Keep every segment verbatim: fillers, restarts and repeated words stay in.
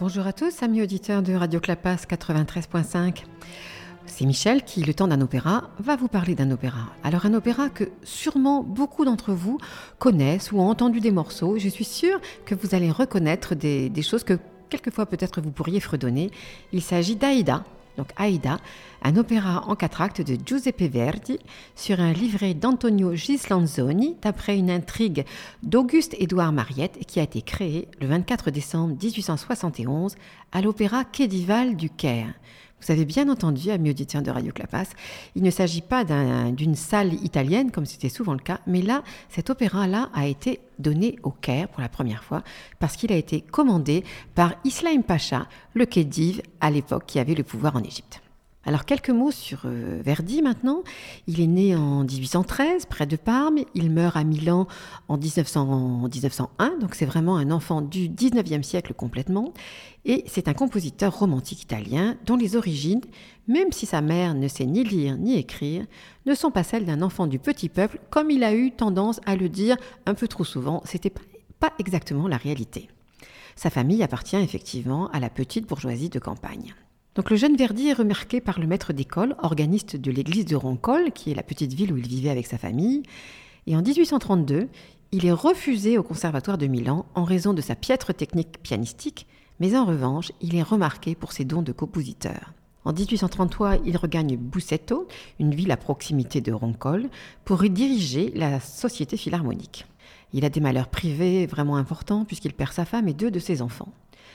Bonjour à tous, amis auditeurs de Radio Clapas quatre-vingt-treize virgule cinq. C'est Michel qui, le temps d'un opéra, va vous parler d'un opéra. Alors un opéra que sûrement beaucoup d'entre vous connaissent ou ont entendu des morceaux. Je suis sûre que vous allez reconnaître des, des choses que quelquefois peut-être vous pourriez fredonner. Il s'agit d'Aïda. Donc Aïda, un opéra en quatre actes de Giuseppe Verdi sur un livret d'Antonio Gislanzoni d'après une intrigue d'Auguste-Édouard Mariette qui a été créé le vingt-quatre décembre dix-huit cent soixante et onze à l'opéra Quai du Caire. Vous avez bien entendu, amis auditeurs de Radio Clapas, il ne s'agit pas d'un, d'une salle italienne comme c'était souvent le cas, mais là, cet opéra-là a été donné au Caire pour la première fois parce qu'il a été commandé par Islaim Pacha, le khedive à l'époque qui avait le pouvoir en Égypte. Alors quelques mots sur euh, Verdi maintenant. Il est né en dix-huit cent treize, près de Parme. Il meurt à Milan en dix-neuf cents, en dix-neuf cent un, donc c'est vraiment un enfant du dix-neuvième siècle complètement. Et c'est un compositeur romantique italien dont les origines, même si sa mère ne sait ni lire ni écrire, ne sont pas celles d'un enfant du petit peuple, comme il a eu tendance à le dire un peu trop souvent. C'était pas exactement la réalité. Sa famille appartient effectivement à la petite bourgeoisie de campagne. Donc le jeune Verdi est remarqué par le maître d'école, organiste de l'église de Roncole, qui est la petite ville où il vivait avec sa famille. Et en dix-huit cent trente-deux, il est refusé au conservatoire de Milan en raison de sa piètre technique pianistique, mais en revanche, il est remarqué pour ses dons de compositeur. En dix-huit cent trente-trois, il regagne Busseto, une ville à proximité de Roncole, pour y diriger la Société Philharmonique. Il a des malheurs privés vraiment importants puisqu'il perd sa femme et deux de ses enfants.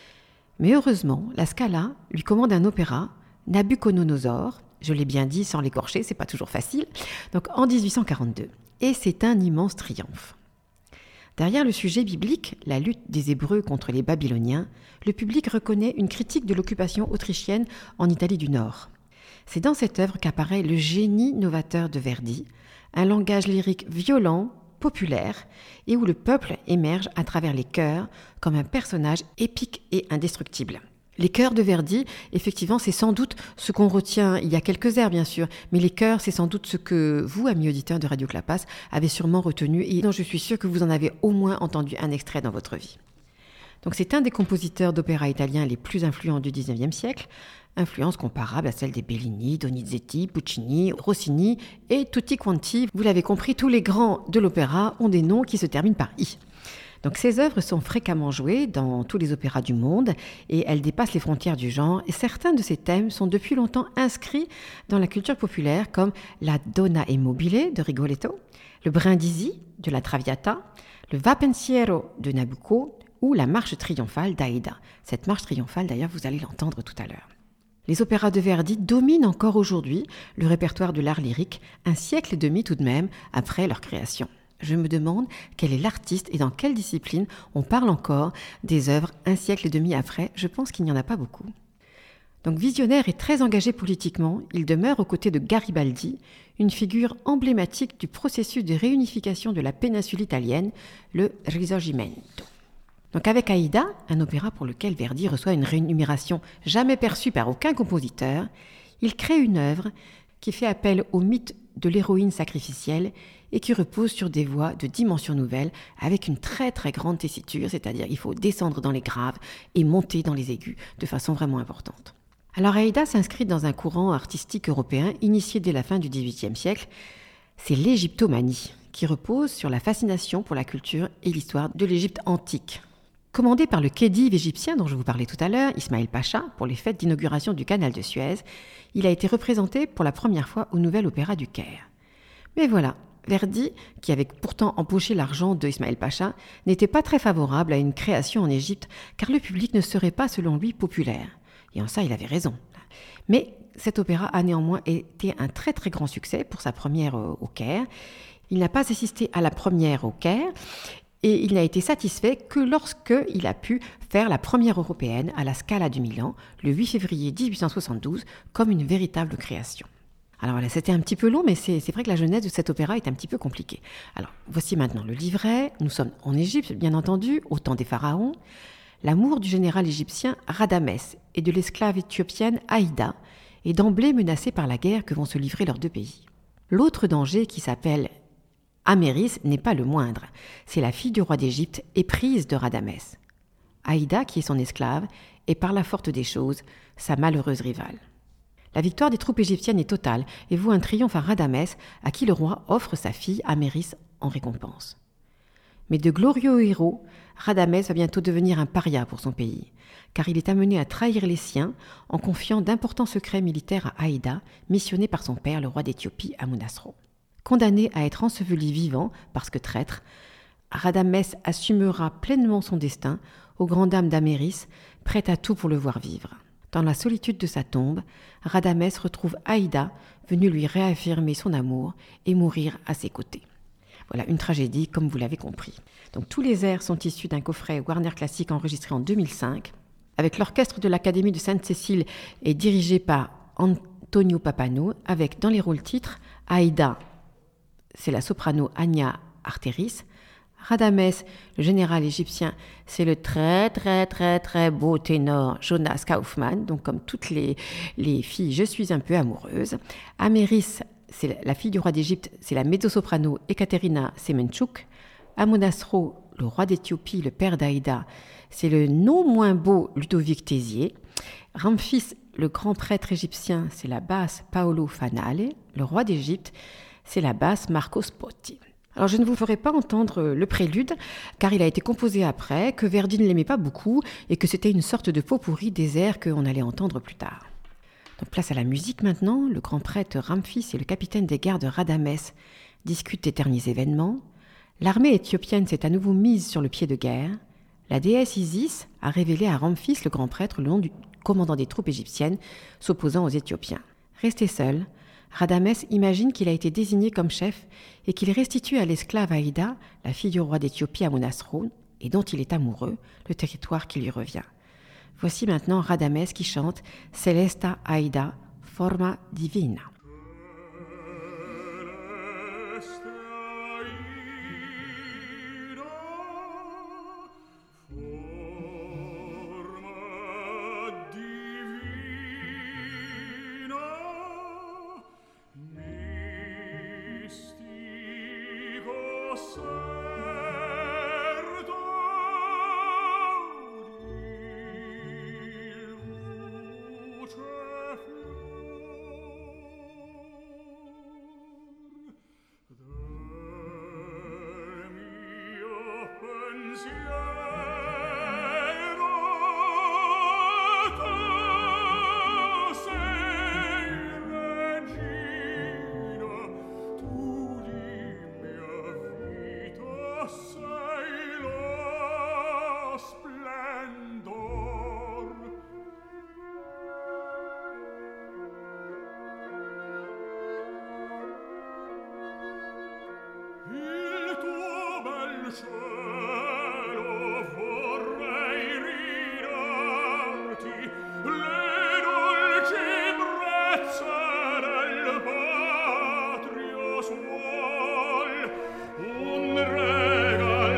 Mais heureusement, la Scala lui commande un opéra, Nabuchodonosor, je l'ai bien dit sans l'écorcher, c'est pas toujours facile, donc en dix-huit cent quarante-deux. Et c'est un immense triomphe. Derrière le sujet biblique, la lutte des Hébreux contre les Babyloniens, le public reconnaît une critique de l'occupation autrichienne en Italie du Nord. C'est dans cette œuvre qu'apparaît le génie novateur de Verdi, un langage lyrique violent, populaire, et où le peuple émerge à travers les chœurs comme un personnage épique et indestructible. Les chœurs de Verdi, effectivement, c'est sans doute ce qu'on retient. Il y a quelques airs, bien sûr, mais les chœurs, c'est sans doute ce que vous, amis auditeurs de Radio Clapas, avez sûrement retenu et dont je suis sûre que vous en avez au moins entendu un extrait dans votre vie. Donc c'est un des compositeurs d'opéra italiens les plus influents du dix-neuvième siècle, influence comparable à celle des Bellini, Donizetti, Puccini, Rossini et tutti quanti. Vous l'avez compris, tous les grands de l'opéra ont des noms qui se terminent par « i ». Donc ces œuvres sont fréquemment jouées dans tous les opéras du monde et elles dépassent les frontières du genre et certains de ces thèmes sont depuis longtemps inscrits dans la culture populaire comme la Donna e mobile de Rigoletto, le Brindisi de la Traviata, le Va pensiero de Nabucco ou la marche triomphale d'Aïda. Cette marche triomphale d'ailleurs vous allez l'entendre tout à l'heure. Les opéras de Verdi dominent encore aujourd'hui le répertoire de l'art lyrique, un siècle et demi tout de même après leur création. Je me demande quel est l'artiste et dans quelle discipline on parle encore des œuvres un siècle et demi après. Je pense qu'il n'y en a pas beaucoup. Donc visionnaire et très engagé politiquement, il demeure aux côtés de Garibaldi, une figure emblématique du processus de réunification de la péninsule italienne, le Risorgimento. Donc avec Aïda, un opéra pour lequel Verdi reçoit une rémunération jamais perçue par aucun compositeur, il crée une œuvre qui fait appel au mythe de l'héroïne sacrificielle et qui repose sur des voix de dimension nouvelle avec une très très grande tessiture, c'est-à-dire il faut descendre dans les graves et monter dans les aigus de façon vraiment importante. Alors Aïda s'inscrit dans un courant artistique européen initié dès la fin du dix-huitième siècle, c'est l'égyptomanie qui repose sur la fascination pour la culture et l'histoire de l'Égypte antique. Commandé par le khedive égyptien dont je vous parlais tout à l'heure, Ismaël Pacha, pour les fêtes d'inauguration du canal de Suez, il a été représenté pour la première fois au Nouvel Opéra du Caire. Mais voilà, Verdi, qui avait pourtant empoché l'argent de Ismaël Pacha, n'était pas très favorable à une création en Égypte, car le public ne serait pas, selon lui, populaire. Et en ça, il avait raison. Mais cet opéra a néanmoins été un très très grand succès pour sa première au Caire. Il n'a pas assisté à la première au Caire, et il n'a été satisfait que lorsqu'il a pu faire la première européenne à la Scala de Milan, le huit février dix-huit cent soixante-douze, comme une véritable création. Alors voilà, c'était un petit peu long, mais c'est, c'est vrai que la genèse de cet opéra est un petit peu compliquée. Alors, voici maintenant le livret. Nous sommes en Égypte, bien entendu, au temps des pharaons. L'amour du général égyptien Radamès et de l'esclave éthiopienne Aïda est d'emblée menacé par la guerre que vont se livrer leurs deux pays. L'autre danger, qui s'appelle Améris, n'est pas le moindre. C'est la fille du roi d'Égypte, éprise de Radamès. Aïda, qui est son esclave, et par la force des choses, sa malheureuse rivale. La victoire des troupes égyptiennes est totale et voue un triomphe à Rhadamès, à qui le roi offre sa fille Améris en récompense. Mais de glorieux héros, Rhadamès va bientôt devenir un paria pour son pays, car il est amené à trahir les siens en confiant d'importants secrets militaires à Aïda, missionné par son père, le roi d'Éthiopie, Amunasro. Condamné à être enseveli vivant, parce que traître, Rhadamès assumera pleinement son destin aux grandes dames d'Améris, prête à tout pour le voir vivre. Dans la solitude de sa tombe, Rhadamès retrouve Aïda, venue lui réaffirmer son amour et mourir à ses côtés. Voilà, une tragédie, comme vous l'avez compris. Donc tous les airs sont issus d'un coffret Warner Classic enregistré en deux mille cinq, avec l'orchestre de l'Académie de Sainte-Cécile et dirigé par Antonio Pappano, avec dans les rôles titres Aïda, c'est la soprano Anya Arteris, Rhadamès, le général égyptien, c'est le très très très très beau ténor Jonas Kaufmann, donc comme toutes les, les filles, je suis un peu amoureuse. Améris, c'est la fille du roi d'Égypte, c'est la mezzo-soprano Ekaterina Semenchuk. Amunasro, le roi d'Éthiopie, le père d'Aïda, c'est le non moins beau Ludovic Tézier. Ramphis, le grand prêtre égyptien, c'est la basse Paolo Fanale. Le roi d'Égypte, c'est la basse Marco Spotti. Alors je ne vous ferai pas entendre le prélude, car il a été composé après, que Verdi ne l'aimait pas beaucoup, et que c'était une sorte de pot-pourri des airs qu'on allait entendre plus tard. Donc place à la musique maintenant, le grand prêtre Ramphis et le capitaine des gardes Rhadamès discutent des derniers événements. L'armée éthiopienne s'est à nouveau mise sur le pied de guerre. La déesse Isis a révélé à Ramphis, le grand prêtre, le nom du commandant des troupes égyptiennes s'opposant aux Éthiopiens. Resté seul, Rhadamès imagine qu'il a été désigné comme chef et qu'il restitue à l'esclave Aïda, la fille du roi d'Éthiopie Amunasro, et dont il est amoureux, le territoire qui lui revient. Voici maintenant Rhadamès qui chante « Celesta Aïda, forma divina ». Un regalo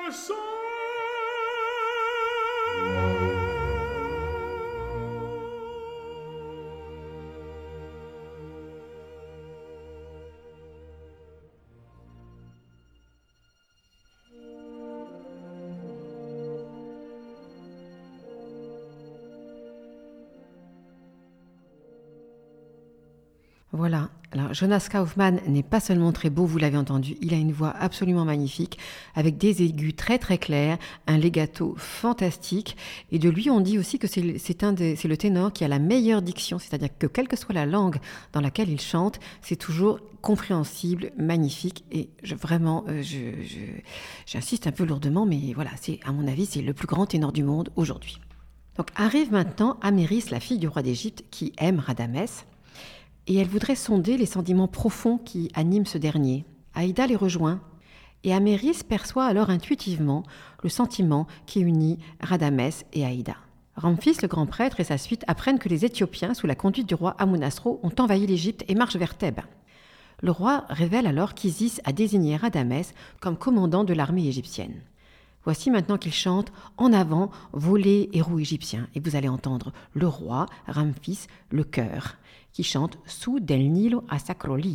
Voilà, alors Jonas Kaufmann n'est pas seulement très beau, vous l'avez entendu, il a une voix absolument magnifique, avec des aigus très très clairs, un legato fantastique, et de lui on dit aussi que c'est, c'est, un des, c'est le ténor qui a la meilleure diction, c'est-à-dire que quelle que soit la langue dans laquelle il chante, c'est toujours compréhensible, magnifique, et je, vraiment, euh, je, je, j'insiste un peu lourdement, mais voilà, c'est, à mon avis, c'est le plus grand ténor du monde aujourd'hui. Donc arrive maintenant Améris, la fille du roi d'Égypte, qui aime Rhadamès, et elle voudrait sonder les sentiments profonds qui animent ce dernier. Aïda les rejoint, et Améris perçoit alors intuitivement le sentiment qui unit Rhadamès et Aïda. Ramphis, le grand prêtre, et sa suite apprennent que les Éthiopiens, sous la conduite du roi Amunasro, ont envahi l'Égypte et marchent vers Thèbes. Le roi révèle alors qu'Isis a désigné Rhadamès comme commandant de l'armée égyptienne. Voici maintenant qu'il chante « En avant, volez, héros égyptiens » et vous allez entendre le roi, Ramphis, le chœur, qui chante « Su del Nilo a Sacro Lido ».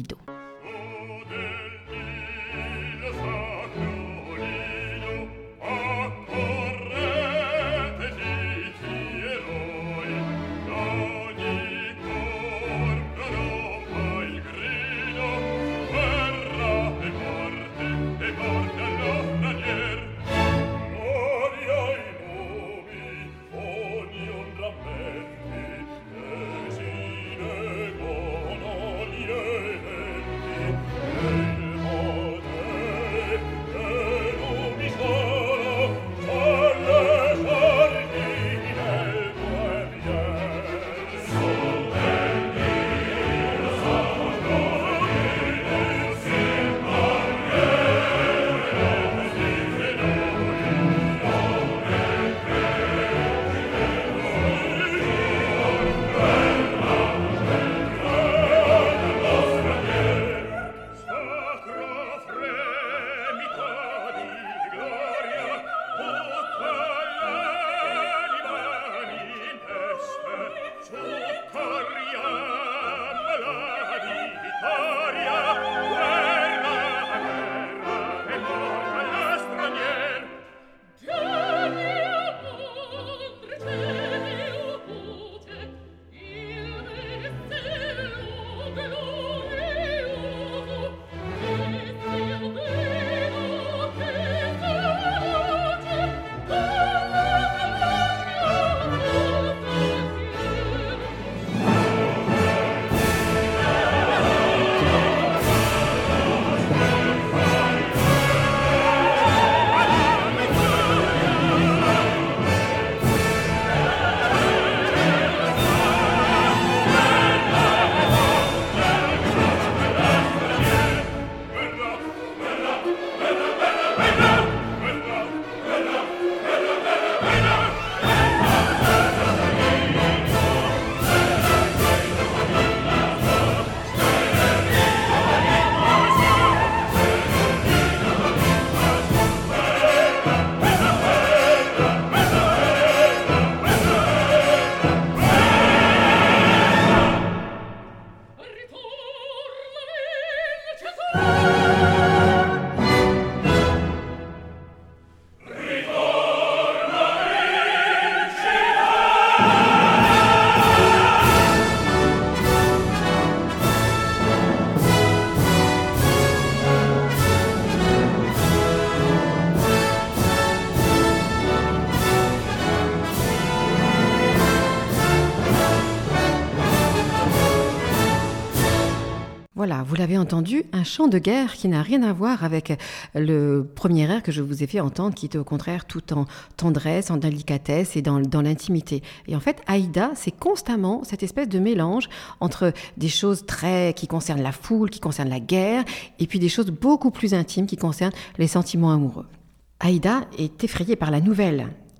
Voilà, vous l'avez entendu, un chant de guerre qui n'a rien à voir avec le premier air que je vous ai fait entendre, qui était au contraire tout en tendresse, en délicatesse et dans, dans l'intimité. Et en fait, Aïda, c'est constamment cette espèce de mélange entre des choses très qui concernent la foule, qui concernent la guerre, et puis des choses beaucoup plus intimes qui concernent les sentiments amoureux. Aïda est effrayée par la nouvelle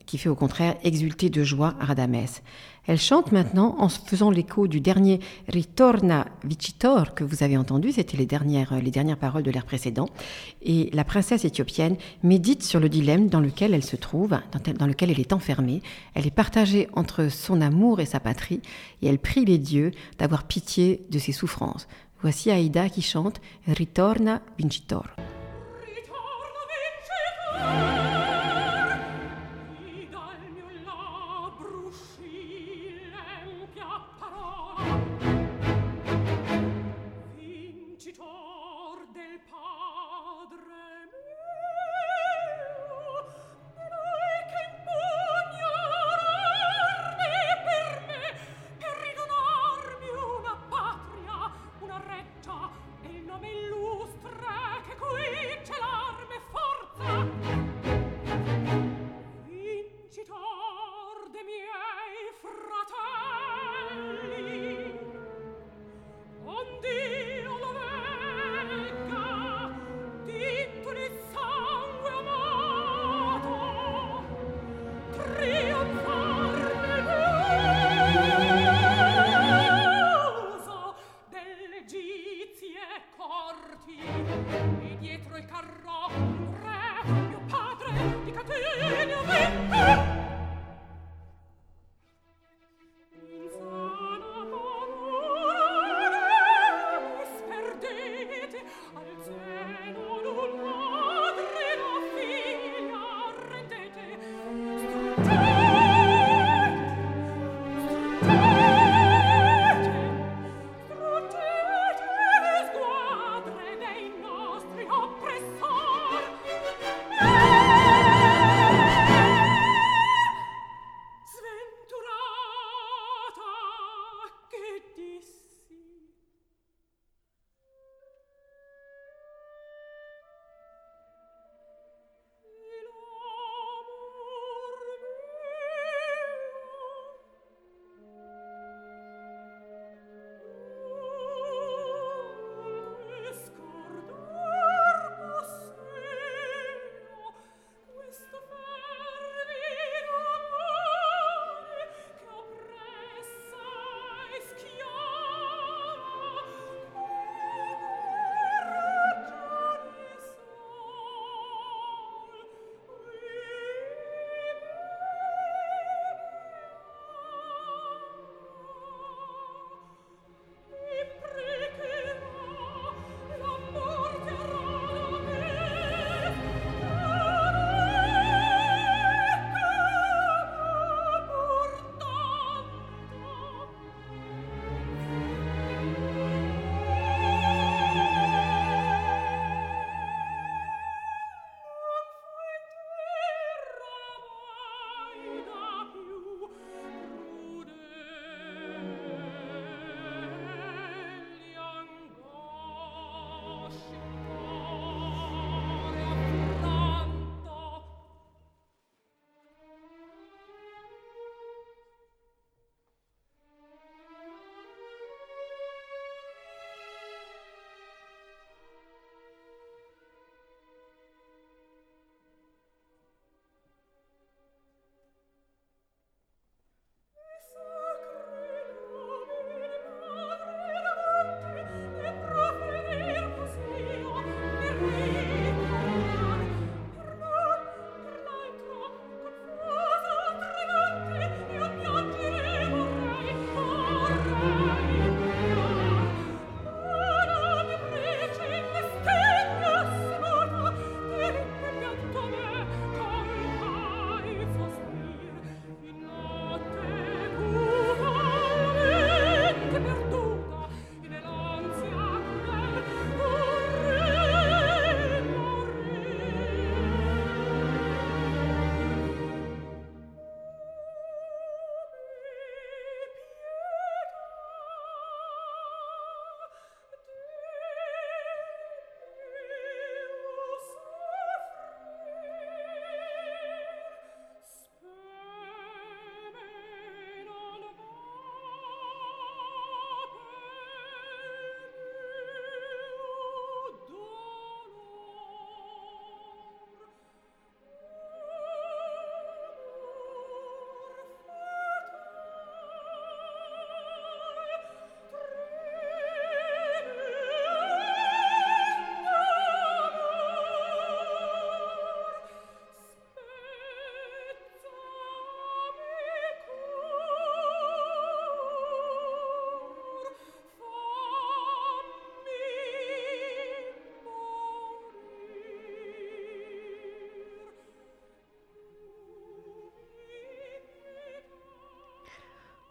qui fait au contraire exulter de joie Radames. Elle chante maintenant en faisant l'écho du dernier Ritorna Vincitor que vous avez entendu, c'était les dernières, les dernières paroles de l'air précédent. Et la princesse éthiopienne médite sur le dilemme dans lequel elle se trouve, dans lequel elle est enfermée. Elle est partagée entre son amour et sa patrie et elle prie les dieux d'avoir pitié de ses souffrances. Voici Aïda qui chante Ritorna Vincitor. Nome illustre che qui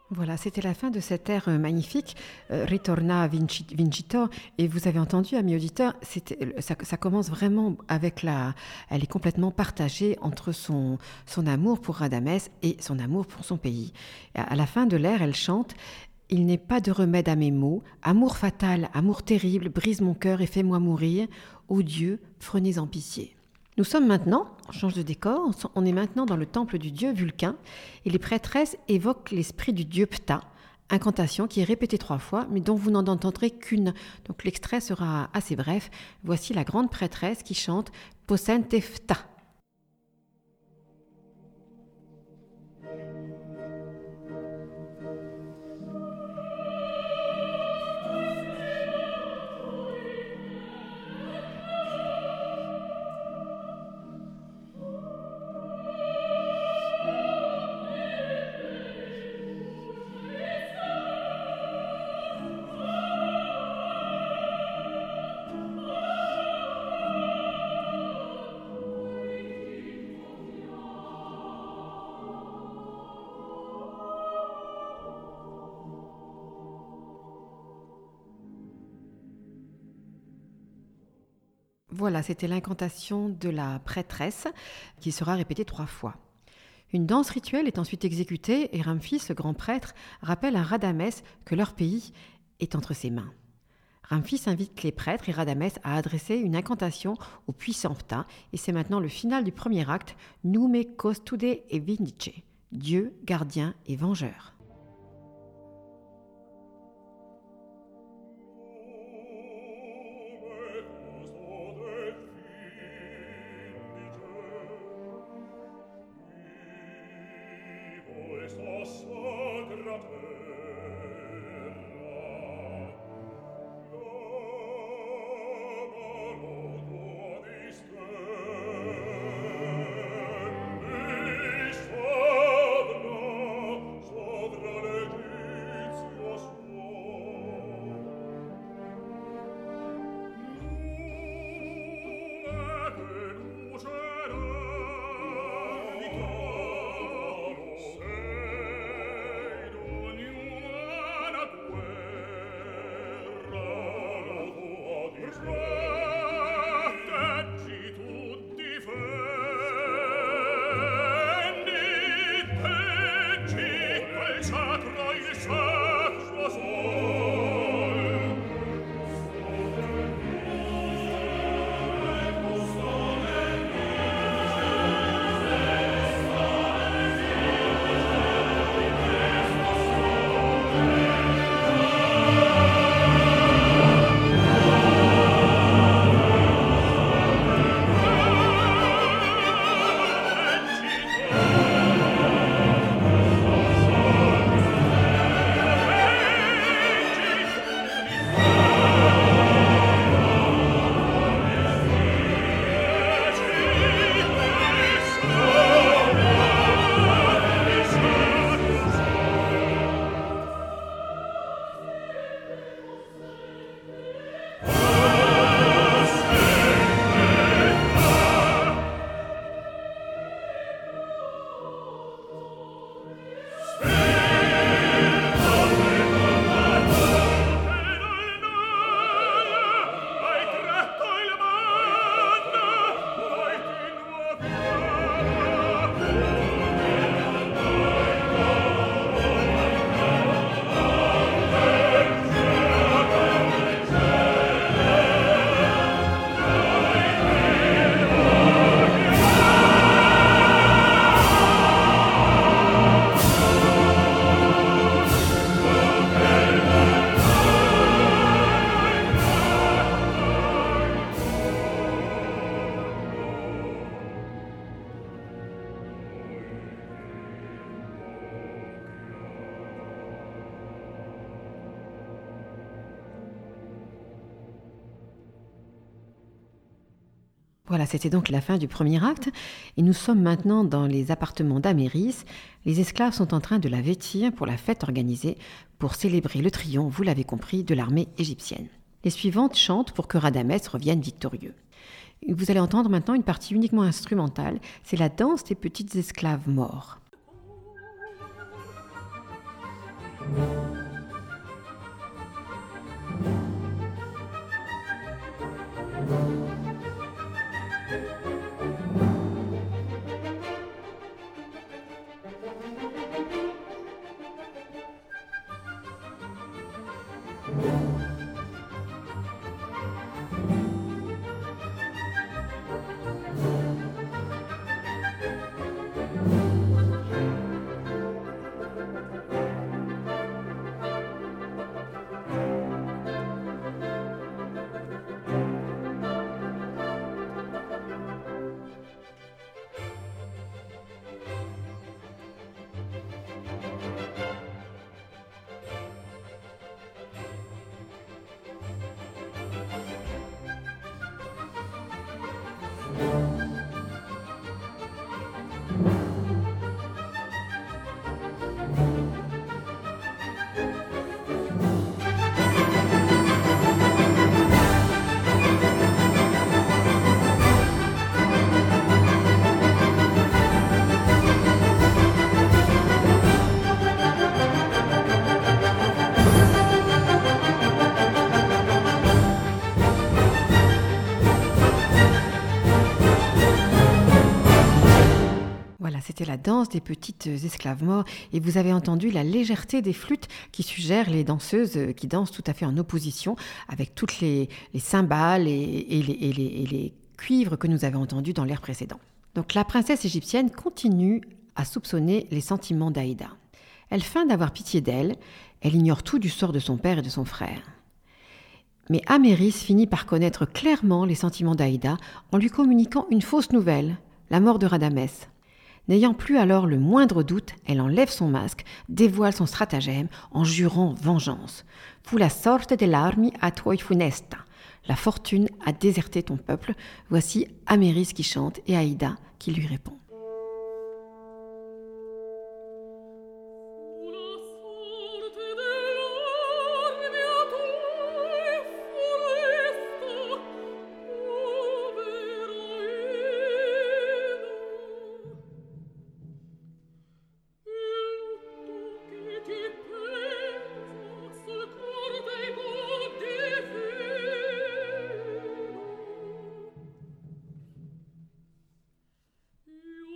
Voilà, c'était la fin de cet air euh, magnifique, euh, Ritorna Vinci- Vincitor. Et vous avez entendu, amis auditeurs, c'était, ça, ça commence vraiment avec la... Elle est complètement partagée entre son, son amour pour Radamès et son amour pour son pays. À, à la fin de l'air, elle chante « Il n'est pas de remède à mes maux. Amour fatal, amour terrible, brise mon cœur et fais-moi mourir. Ô Dieu, prenez-en pitié. » Nous sommes maintenant, on change de décor, on est maintenant dans le temple du dieu Vulcain et les prêtresses évoquent l'esprit du dieu Ptah, incantation qui est répétée trois fois mais dont vous n'en entendrez qu'une. Donc l'extrait sera assez bref. Voici la grande prêtresse qui chante Possente Ptah. Voilà, c'était l'incantation de la prêtresse qui sera répétée trois fois. Une danse rituelle est ensuite exécutée et Ramphis, le grand prêtre, rappelle à Radamès que leur pays est entre ses mains. Ramphis invite les prêtres et Radamès à adresser une incantation au puissant Ptah et c'est maintenant le final du premier acte, Nume Costude et Vindice, Dieu, gardien et vengeur. Voilà, c'était donc la fin du premier acte et nous sommes maintenant dans les appartements d'Améris. Les esclaves sont en train de la vêtir pour la fête organisée pour célébrer le triomphe, vous l'avez compris, de l'armée égyptienne. Les suivantes chantent pour que Radamès revienne victorieux. Vous allez entendre maintenant une partie uniquement instrumentale, c'est la danse des petites esclaves morts. C'était la danse des petites esclaves morts et vous avez entendu la légèreté des flûtes qui suggèrent les danseuses qui dansent tout à fait en opposition avec toutes les, les cymbales et, et, les, et, les, et les cuivres que nous avions entendus dans l'air précédent. Donc la princesse égyptienne continue à soupçonner les sentiments d'Aïda. Elle feint d'avoir pitié d'elle, elle ignore tout du sort de son père et de son frère. Mais Améris finit par connaître clairement les sentiments d'Aïda en lui communiquant une fausse nouvelle, la mort de Radamès. N'ayant plus alors le moindre doute, elle enlève son masque, dévoile son stratagème en jurant vengeance. « Fu la sorte dell'armi a tuoi funesta » La fortune a déserté ton peuple. Voici Améris qui chante et Aïda qui lui répond. You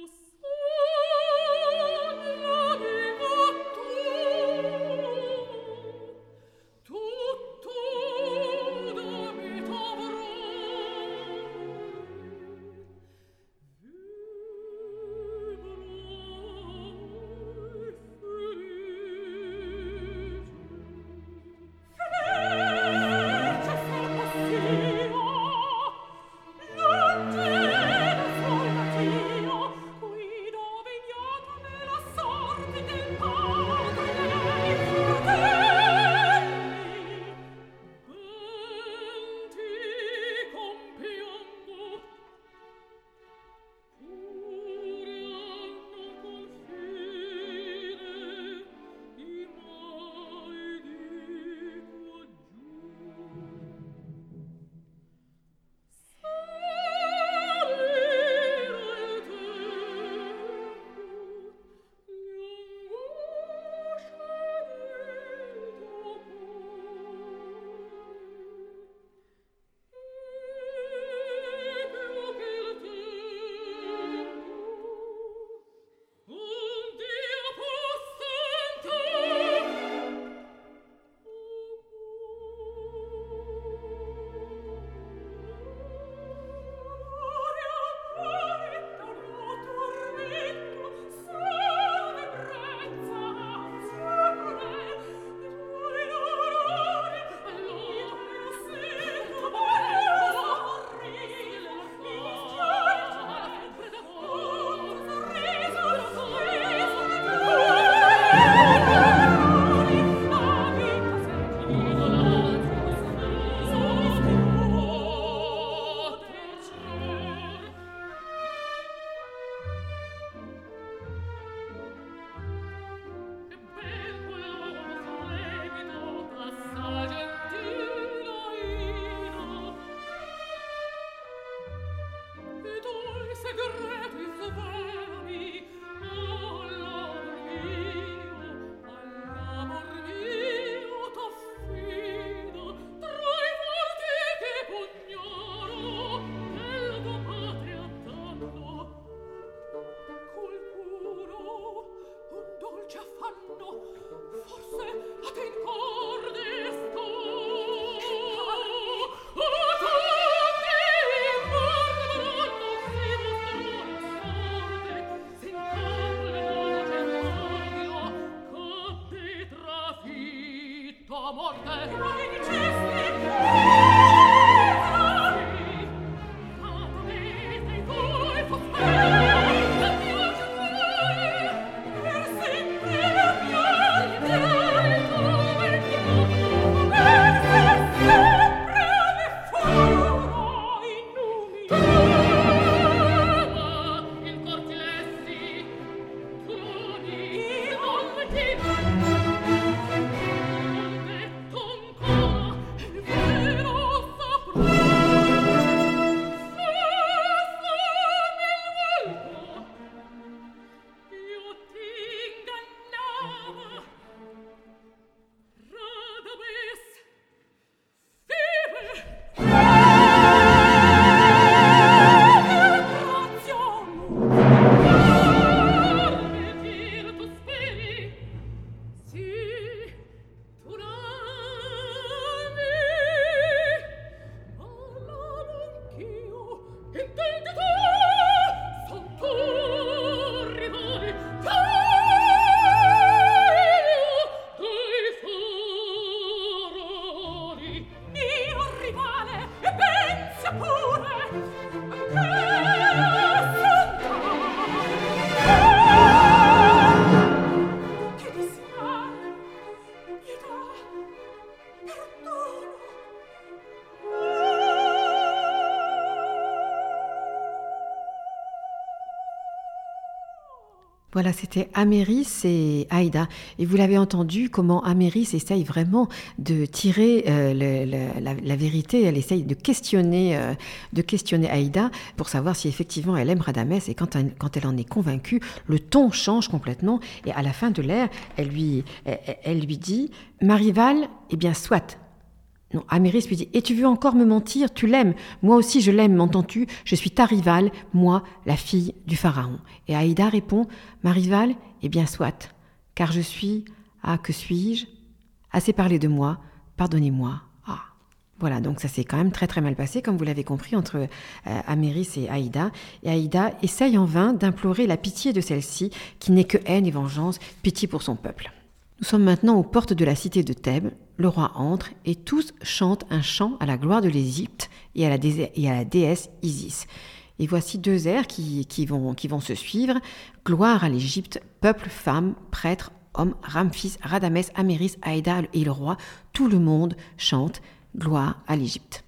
Voilà, c'était Améris et Aïda. Et vous l'avez entendu, comment Améris essaye vraiment de tirer euh, le, le, la, la vérité. Elle essaye de questionner, euh, de questionner Aïda pour savoir si effectivement elle aime Rhadamès. Et quand elle, quand elle en est convaincue, le ton change complètement. Et à la fin de l'air, elle lui, elle, elle lui dit « Ma rivale, eh bien, soit ». Non, Améris lui dit « Et tu veux encore me mentir? Tu l'aimes. Moi aussi je l'aime, m'entends-tu? Je suis ta rivale, moi, la fille du pharaon. » Et Aïda répond « Ma rivale? Eh bien, soit. Car je suis... Ah, que suis-je? Assez parlé de moi. Pardonnez-moi. Ah. » Voilà, donc ça s'est quand même très très mal passé, comme vous l'avez compris, entre euh, Améris et Aïda. Et Aïda essaye en vain d'implorer la pitié de celle-ci, qui n'est que haine et vengeance, pitié pour son peuple. Nous sommes maintenant aux portes de la cité de Thèbes. Le roi entre et tous chantent un chant à la gloire de l'Égypte et à la, dé- et à la déesse Isis. Et voici deux airs qui, qui, vont, qui vont se suivre. Gloire à l'Égypte, peuple, femmes, prêtres, hommes, Ramphis, Rhadamès, Améris, Aïda et le roi. Tout le monde chante gloire à l'Égypte.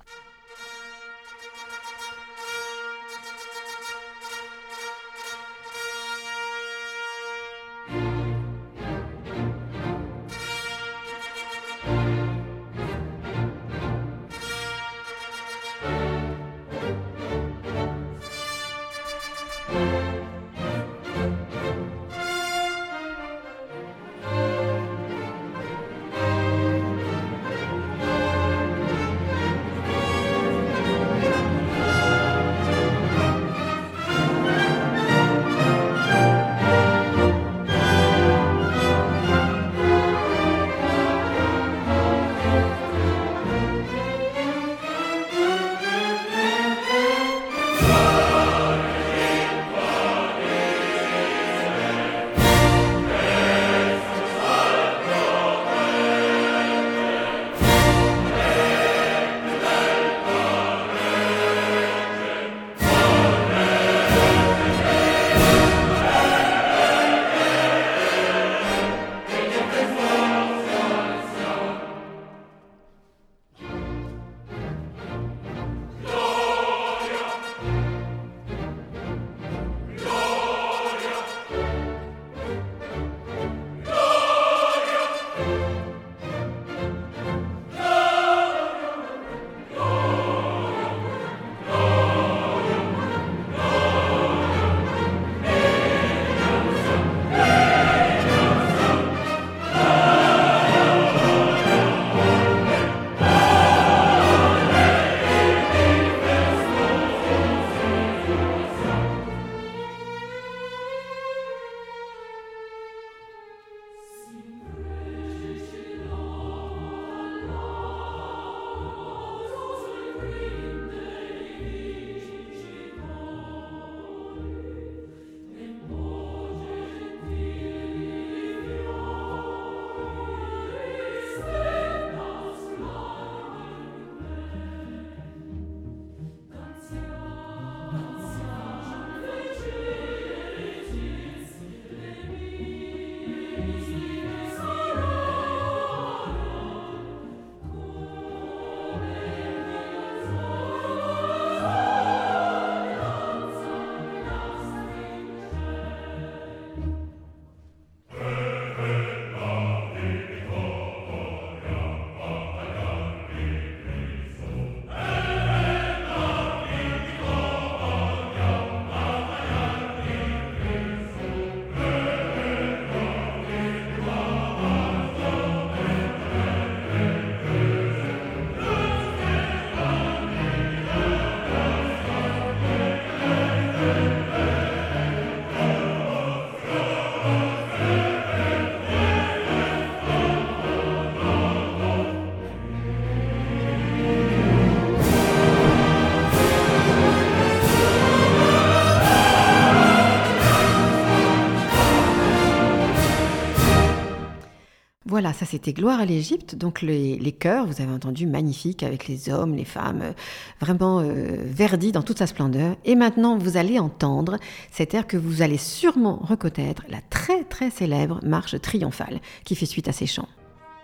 Voilà, ça c'était Gloire à l'Égypte, donc les, les chœurs, vous avez entendu, magnifiques, avec les hommes, les femmes, euh, vraiment euh, verdis dans toute sa splendeur. Et maintenant, vous allez entendre cet air que vous allez sûrement reconnaître, la très très célèbre marche triomphale qui fait suite à ces chants.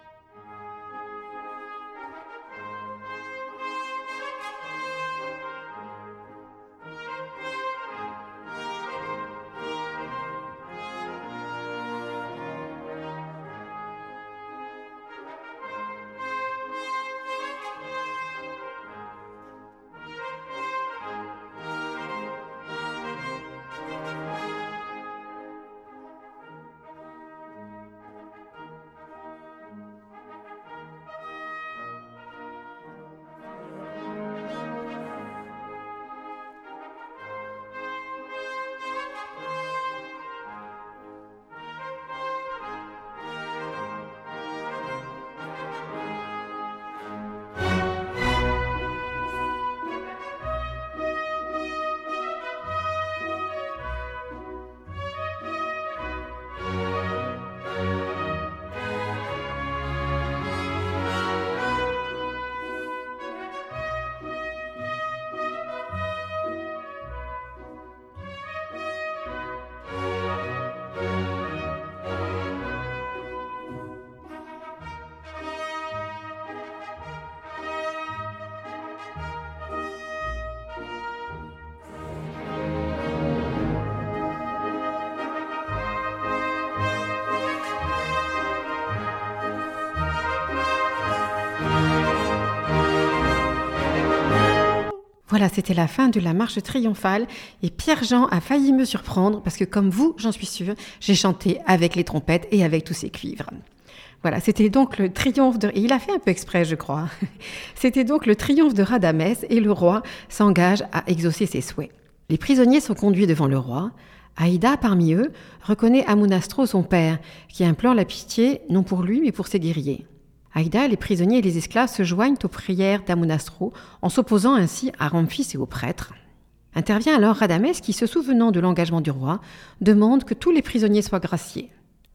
Voilà, c'était la fin de la marche triomphale et Pierre-Jean a failli me surprendre parce que comme vous, j'en suis sûre, j'ai chanté avec les trompettes et avec tous ces cuivres. Voilà, c'était donc le triomphe de... Et il a fait un peu exprès, je crois. C'était donc le triomphe de Rhadamès et le roi s'engage à exaucer ses souhaits. Les prisonniers sont conduits devant le roi. Aïda, parmi eux, reconnaît Amonastro, son père, qui implore la pitié non pour lui mais pour ses guerriers. Aïda, les prisonniers et les esclaves se joignent aux prières d'Amonastro en s'opposant ainsi à Ramphis et aux prêtres. Intervient alors Rhadamès qui, se souvenant de l'engagement du roi, demande que tous les prisonniers soient graciés.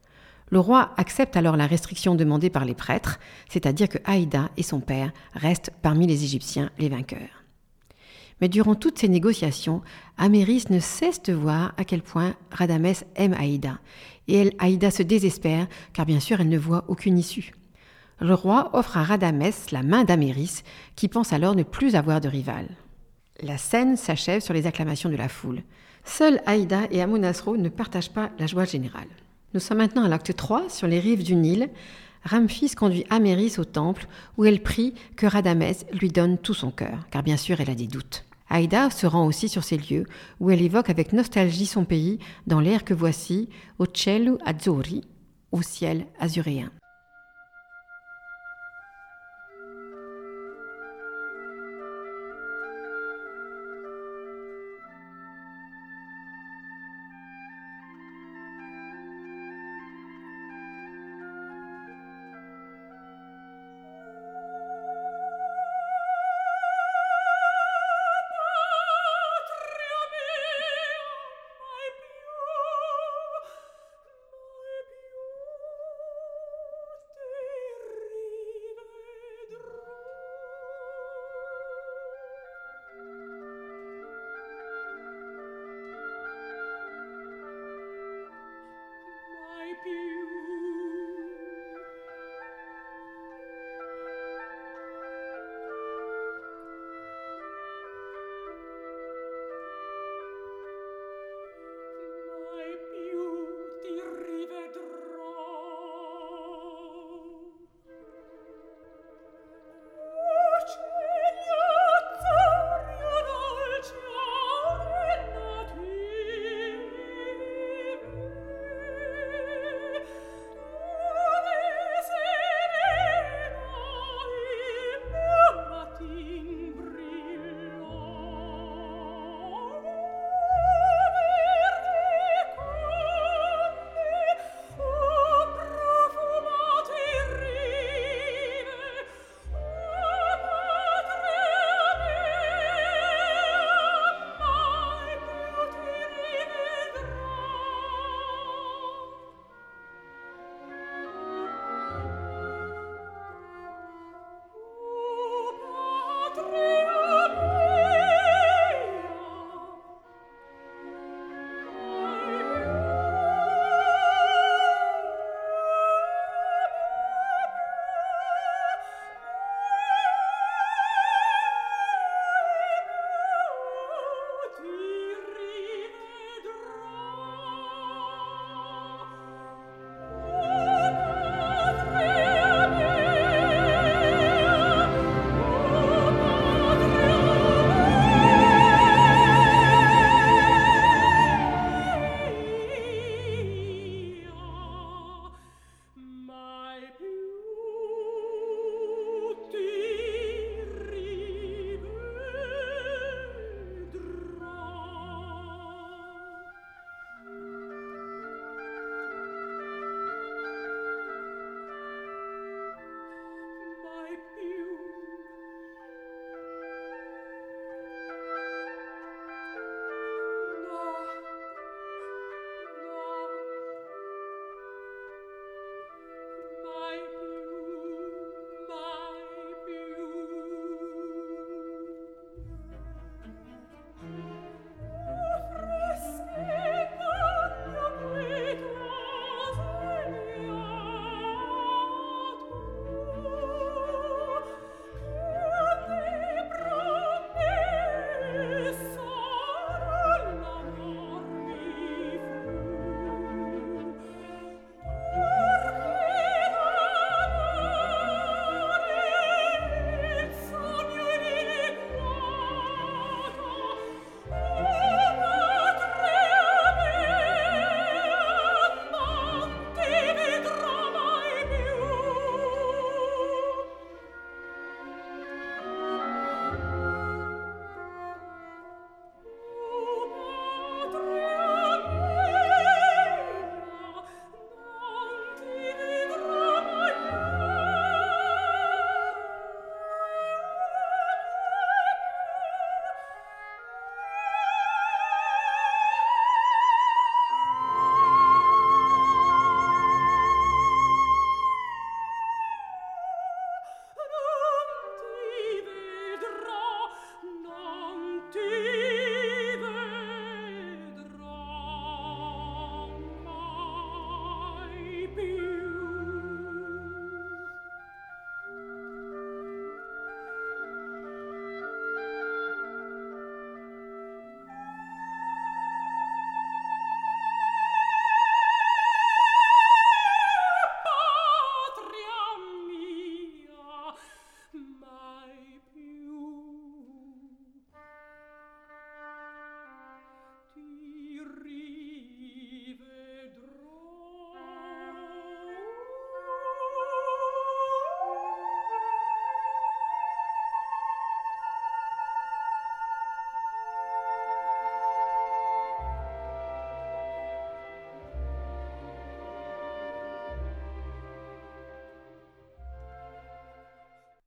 Le roi accepte alors la restriction demandée par les prêtres, c'est-à-dire que Aïda et son père restent parmi les Égyptiens les vainqueurs. Mais durant toutes ces négociations, Améris ne cesse de voir à quel point Rhadamès aime Aïda, et elle, Aïda se désespère car bien sûr elle ne voit aucune issue. Le roi offre à Rhadamès la main d'Améris, qui pense alors ne plus avoir de rival. La scène s'achève sur les acclamations de la foule. Seuls Aïda et Amonastro ne partagent pas la joie générale. Nous sommes maintenant à l'acte trois, sur les rives du Nil. Ramphis conduit Améris au temple, où elle prie que Rhadamès lui donne tout son cœur, car bien sûr elle a des doutes. Aïda se rend aussi sur ces lieux, où elle évoque avec nostalgie son pays, dans l'air que voici, au cielo azzurri, au ciel azuréen.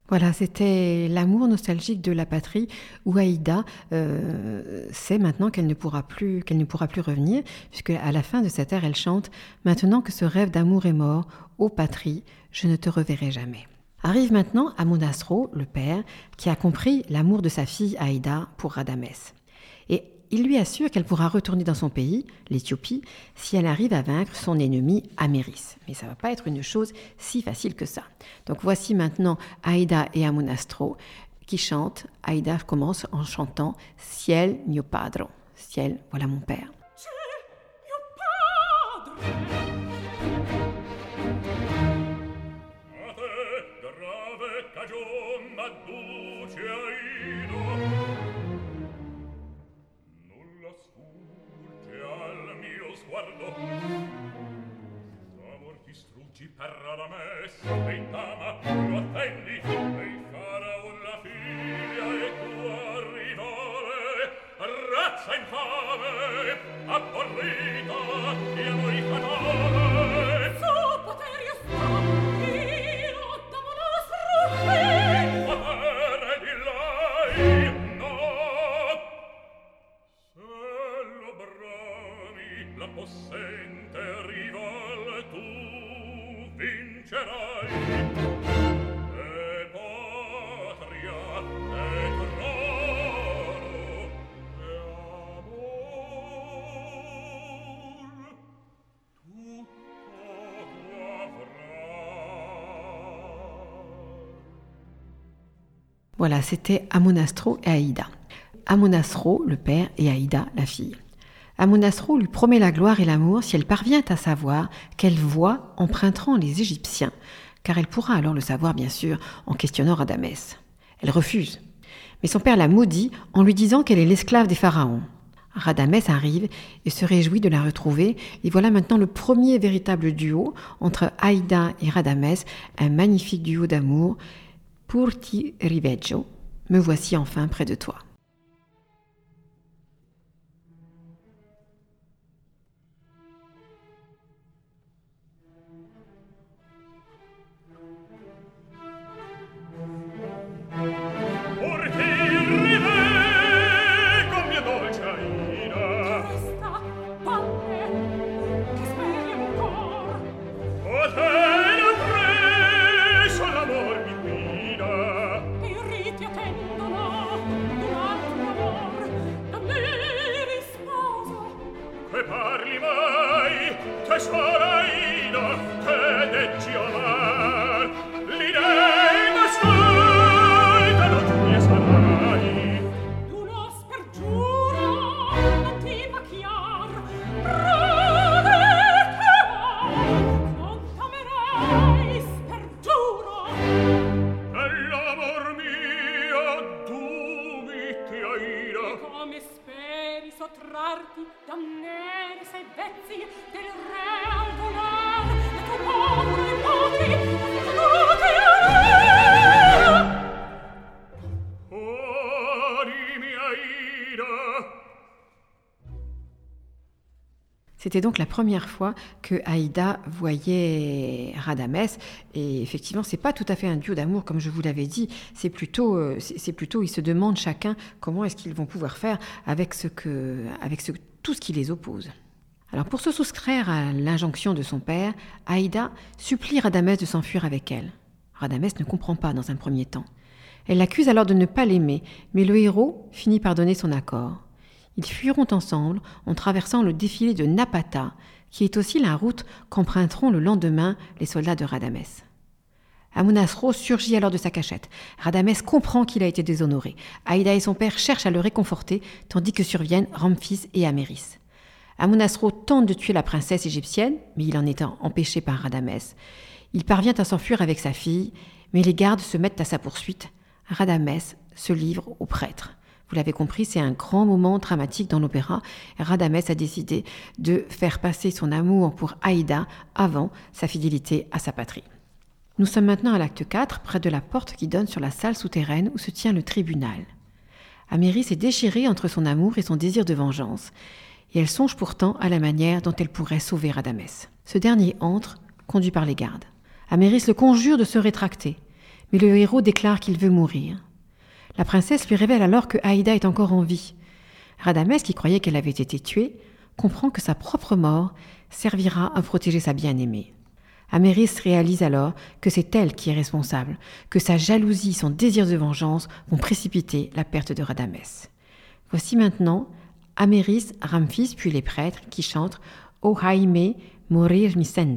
Voilà, c'était l'amour nostalgique de la patrie où Aïda euh, sait maintenant qu'elle ne pourra plus, qu'elle ne pourra plus revenir, puisque à la fin de cette ère, elle chante « Maintenant que ce rêve d'amour est mort, ô patrie, je ne te reverrai jamais ». Arrive maintenant Amonasro, le père, qui a compris l'amour de sa fille Aïda pour Radamès. Et il lui assure qu'elle pourra retourner dans son pays, l'Éthiopie, si elle arrive à vaincre son ennemi Améris. Mais ça ne va pas être une chose si facile que ça. Donc voici maintenant Aïda et Amonasro qui chantent. Aïda commence en chantant « Ciel mio padre ». Ciel, voilà mon père. Per Radames, e Tama, lo attendi, e Faraon la figlia e tua rivale, razza infame, abborrita, e amori fatale. Su potere sta, io damo nostro fine. Potere di lei, no. Se lo brami, la possente rival tu, vincerai, e patria, e trono, e amor, tutto tu avrai. Voilà, c'était Amonasro et Aïda. Amonasro, le père, et Aïda, la fille. Amonasro lui promet la gloire et l'amour si elle parvient à savoir quelle voie emprunteront les Égyptiens, car elle pourra alors le savoir bien sûr en questionnant Radamès. Elle refuse, mais son père la maudit en lui disant qu'elle est l'esclave des pharaons. Radamès arrive et se réjouit de la retrouver, et voilà maintenant le premier véritable duo entre Aïda et Radamès, un magnifique duo d'amour. Pour ti riveggio, me voici enfin près de toi. C'était donc la première fois que Aïda voyait Radamès, et effectivement c'est pas tout à fait un duo d'amour comme je vous l'avais dit, c'est plutôt, euh, c'est, c'est plutôt ils se demandent chacun comment est-ce qu'ils vont pouvoir faire avec, ce que, avec ce, tout ce qui les oppose. Alors pour se soustraire à l'injonction de son père, Aïda supplie Radamès de s'enfuir avec elle. Radamès ne comprend pas dans un premier temps. Elle l'accuse alors de ne pas l'aimer, mais le héros finit par donner son accord. Ils fuiront ensemble en traversant le défilé de Napata, qui est aussi la route qu'emprunteront le lendemain les soldats de Radamès. Amonasro surgit alors de sa cachette. Radamès comprend qu'il a été déshonoré. Aïda et son père cherchent à le réconforter, tandis que surviennent Ramphis et Améris. Amonasro tente de tuer la princesse égyptienne, mais il en est empêché par Radamès. Il parvient à s'enfuir avec sa fille, mais les gardes se mettent à sa poursuite. Radamès se livre au prêtre. Vous l'avez compris, c'est un grand moment dramatique dans l'opéra. Radamès a décidé de faire passer son amour pour Aïda avant sa fidélité à sa patrie. Nous sommes maintenant à l'acte quatre, près de la porte qui donne sur la salle souterraine où se tient le tribunal. Améris est déchirée entre son amour et son désir de vengeance, et elle songe pourtant à la manière dont elle pourrait sauver Radamès. Ce dernier entre, conduit par les gardes. Améris le conjure de se rétracter, Mais le héros déclare qu'il veut mourir. La princesse lui révèle alors que Aïda est encore en vie. Rhadamès, qui croyait qu'elle avait été tuée, comprend que sa propre mort servira à protéger sa bien-aimée. Améris réalise alors que c'est elle qui est responsable, que sa jalousie, son désir de vengeance vont précipiter la perte de Rhadamès. Voici maintenant Améris, Ramphis puis les prêtres qui chantent « O Jaime, morir mi sento ».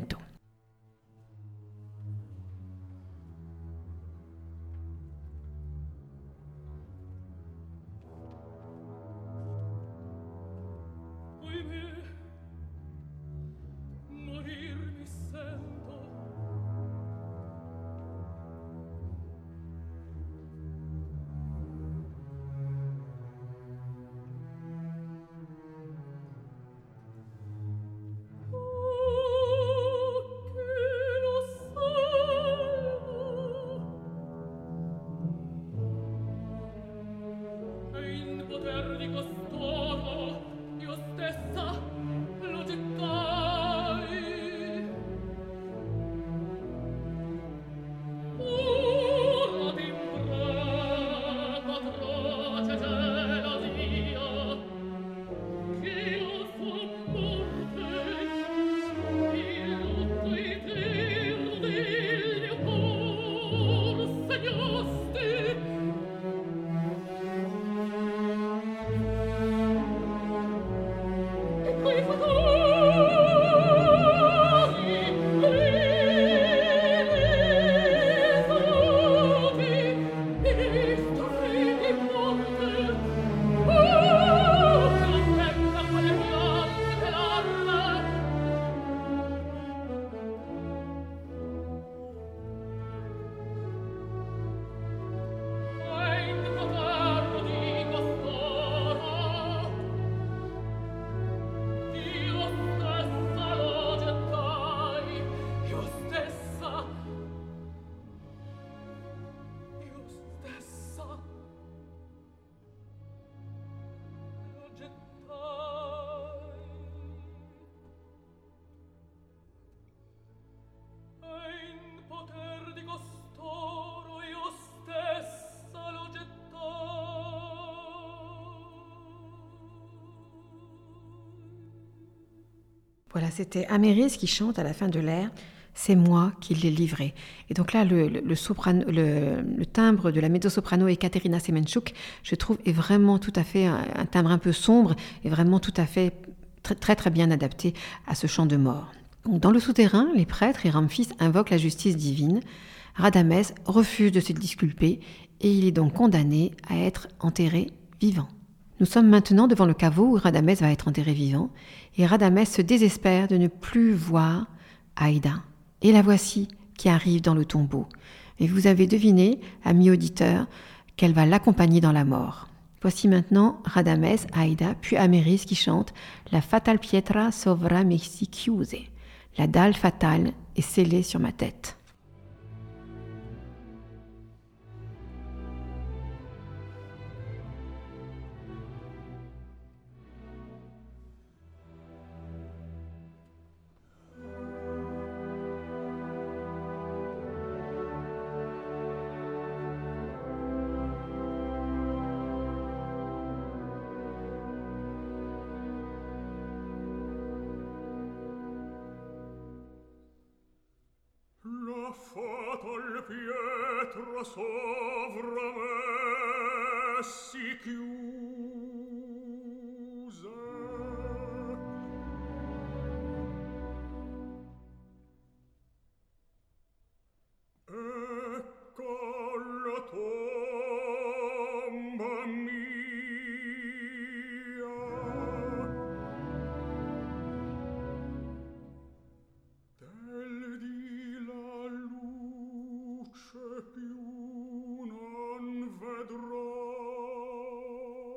Voilà, c'était Améris qui chante à la fin de l'air « C'est moi qui l'ai livré ». Et donc là, le, le, le, soprano, le, le timbre de la mezzo-soprano Ekaterina Semenchuk, je trouve, est vraiment tout à fait un, un timbre un peu sombre et vraiment tout à fait très très, très bien adapté à ce chant de mort. Donc, dans le souterrain, les prêtres et Ramphis invoquent la justice divine. Rhadamès refuse de se disculper et il est donc condamné à être enterré vivant. Nous sommes maintenant devant le caveau où Rhadamès va être enterré vivant, et Rhadamès se désespère de ne plus voir Aïda. Et la voici qui arrive dans le tombeau. Et vous avez deviné, amis auditeurs, qu'elle va l'accompagner dans la mort. Voici maintenant Rhadamès, Aïda, puis Améris qui chante « La fatal pietra sovra mexi chiuse ». La dalle fatale est scellée sur ma tête. La fatal pietra sovra me si chiuse. Ecco la tomba mia. Del di la luce più non vedrò.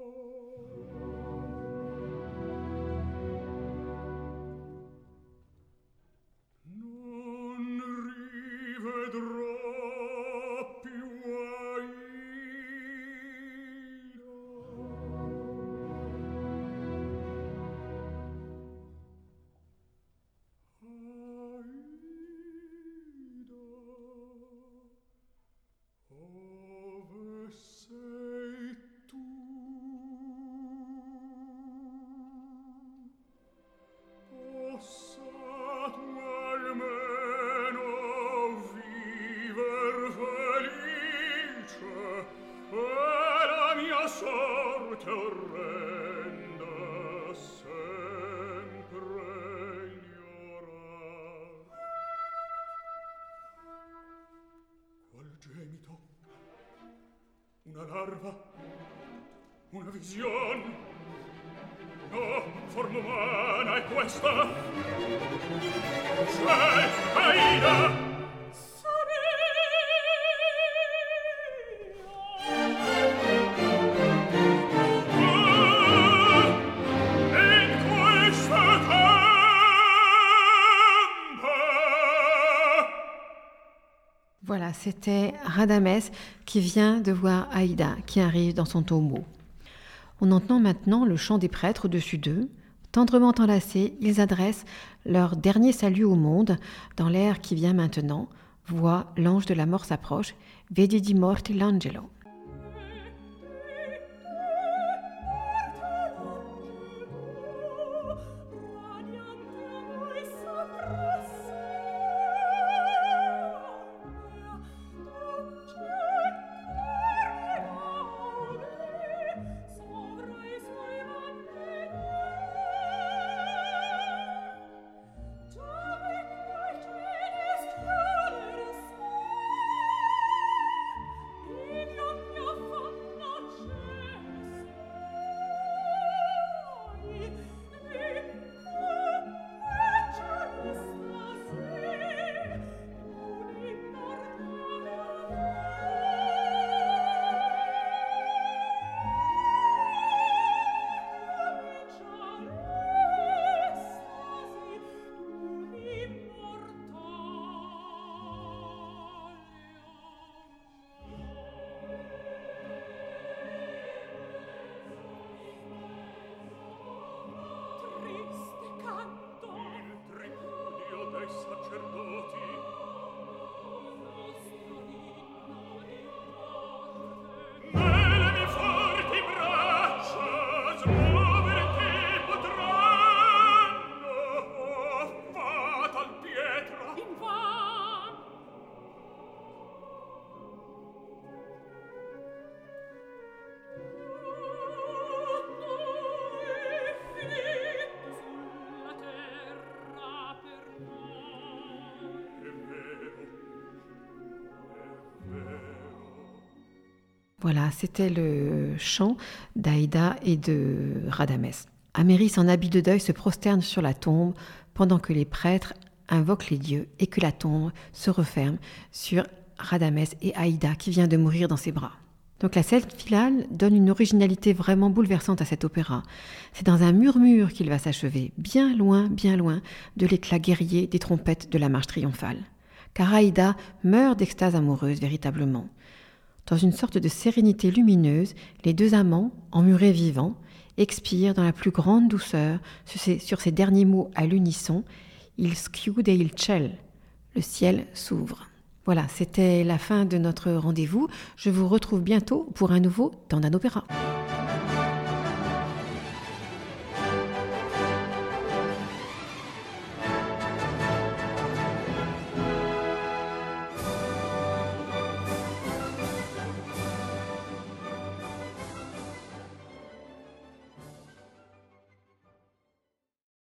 larva, una vision. No, forma umana è questa. C'è Aida. Voilà, c'était Radamès qui vient de voir Aïda qui arrive dans son tombeau. On entend maintenant le chant des prêtres au-dessus d'eux. Tendrement enlacés, ils adressent leur dernier salut au monde dans l'air qui vient maintenant. Voix, l'ange de la mort s'approche. Vedi di morte l'angelo. Voilà, c'était le chant d'Aïda et de Radamès. Améris en habit de deuil se prosterne sur la tombe pendant que les prêtres invoquent les dieux et que la tombe se referme sur Radamès et Aïda qui vient de mourir dans ses bras. Donc la scène finale donne une originalité vraiment bouleversante à cet opéra. C'est dans un murmure qu'il va s'achever, bien loin, bien loin de l'éclat guerrier des trompettes de la marche triomphale. Car Aïda meurt d'extase amoureuse véritablement. Dans une sorte de sérénité lumineuse, les deux amants, emmurés vivants, expirent dans la plus grande douceur sur ces, sur ces derniers mots à l'unisson. Il schiude il ciel. Le ciel s'ouvre. Voilà, c'était la fin de notre rendez-vous. Je vous retrouve bientôt pour un nouveau Temps d'un opéra.